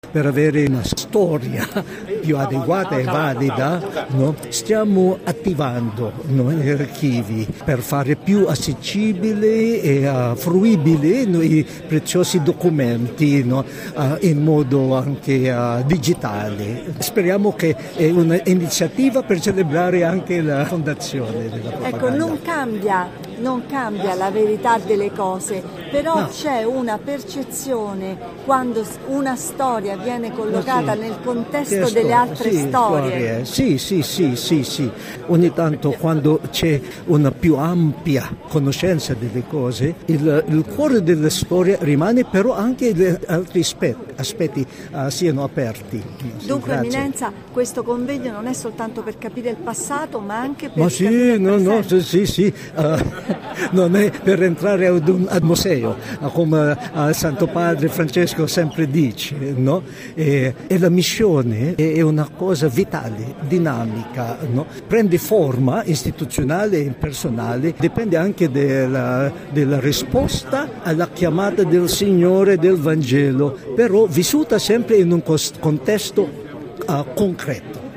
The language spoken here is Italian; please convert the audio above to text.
per avere una storia più adeguata e valida, no? Stiamo attivando, no, gli archivi per fare più accessibili e fruibili, no, i preziosi documenti, no, in modo anche digitale. Speriamo che è un'iniziativa per celebrare anche la fondazione della propaganda. Ecco, non cambia la verità delle cose, però c'è una percezione quando una storia viene collocata nel contesto delle altre storie. Sì. Ogni tanto quando c'è una più ampia conoscenza delle cose, il cuore della storia rimane, però anche gli altri aspetti siano aperti. Dunque, Eminenza, questo convegno non è soltanto per capire il passato, ma anche per capire il presente. Sì. Non è per entrare al museo, come il Santo Padre Francesco sempre dice, no? E la missione è una cosa vitale, dinamica, no? Prende forma istituzionale e personale, dipende anche della risposta alla chiamata del Signore del Vangelo, però vissuta sempre in un contesto concreto.